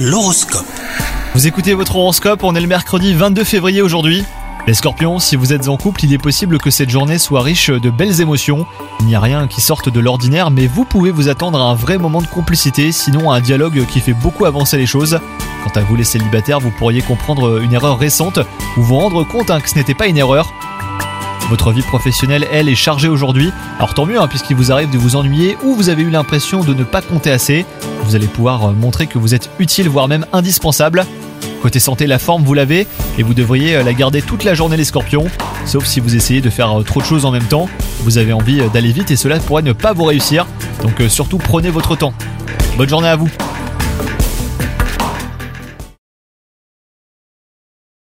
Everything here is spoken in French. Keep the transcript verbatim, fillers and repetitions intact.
L'horoscope. Vous écoutez votre horoscope, on est le mercredi vingt-deux février aujourd'hui. Les scorpions, si vous êtes en couple, il est possible que cette journée soit riche de belles émotions. Il n'y a rien qui sorte de l'ordinaire, mais vous pouvez vous attendre à un vrai moment de complicité, sinon à un dialogue qui fait beaucoup avancer les choses. Quant à vous les célibataires, vous pourriez comprendre une erreur récente ou vous rendre compte hein, que ce n'était pas une erreur. Votre vie professionnelle, elle, est chargée aujourd'hui. Alors tant mieux, hein, puisqu'il vous arrive de vous ennuyer ou vous avez eu l'impression de ne pas compter assez. Vous allez pouvoir montrer que vous êtes utile, voire même indispensable. Côté santé, la forme, vous l'avez et vous devriez la garder toute la journée les scorpions. Sauf si vous essayez de faire trop de choses en même temps. Vous avez envie d'aller vite et cela pourrait ne pas vous réussir. Donc surtout, prenez votre temps. Bonne journée à vous.